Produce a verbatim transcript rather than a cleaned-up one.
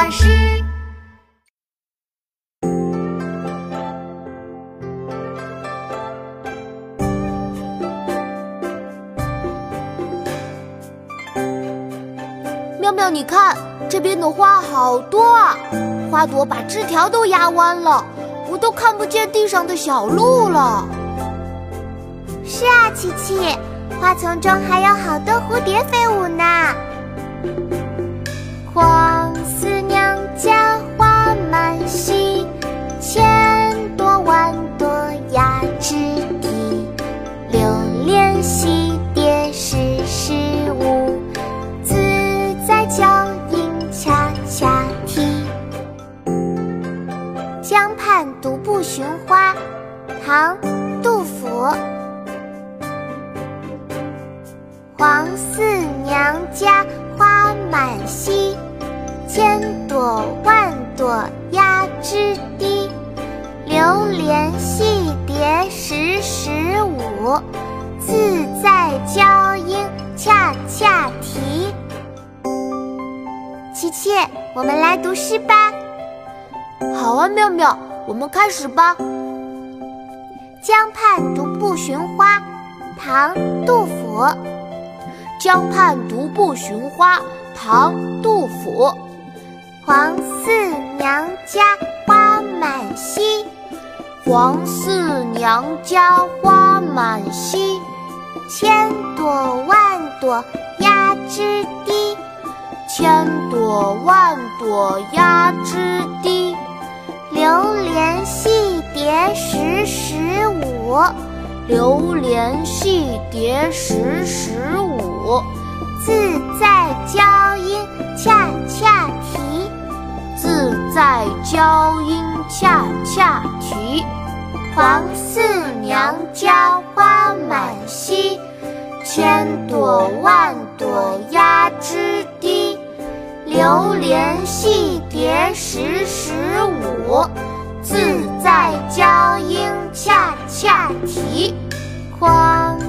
师。 妙妙，你看，这边的花好多啊，花朵把枝条都压弯了，我都看不见地上的小路了。 是啊，琪琪，花丛中还有好多蝴蝶飞舞呢。黄四娘家花满蹊，千朵万朵压枝底。榴莲戏蝶时时舞，自在娇莺恰恰啼。江畔独步寻花，唐·杜甫。黄四娘家花满蹊，千朵万朵压枝低。榴莲戏蝶时时舞，自在娇莺恰恰啼。琪琪，我们来读诗吧。 好啊，妙妙，我们开始吧。 江畔独步寻花，唐·杜甫。 江畔独步寻花，唐·杜甫。 黄四娘家花满蹊， 黄四娘家花满蹊， 千朵万朵压枝低。 千朵万朵压枝低。 榴莲戏蝶时时舞， 榴莲戏蝶时时舞， 自在娇莺恰恰啼。 自在娇莺恰恰啼。 黄四娘家花满蹊，千朵万朵压枝低。榴莲戏蝶时时舞，自在娇莺恰恰啼。黄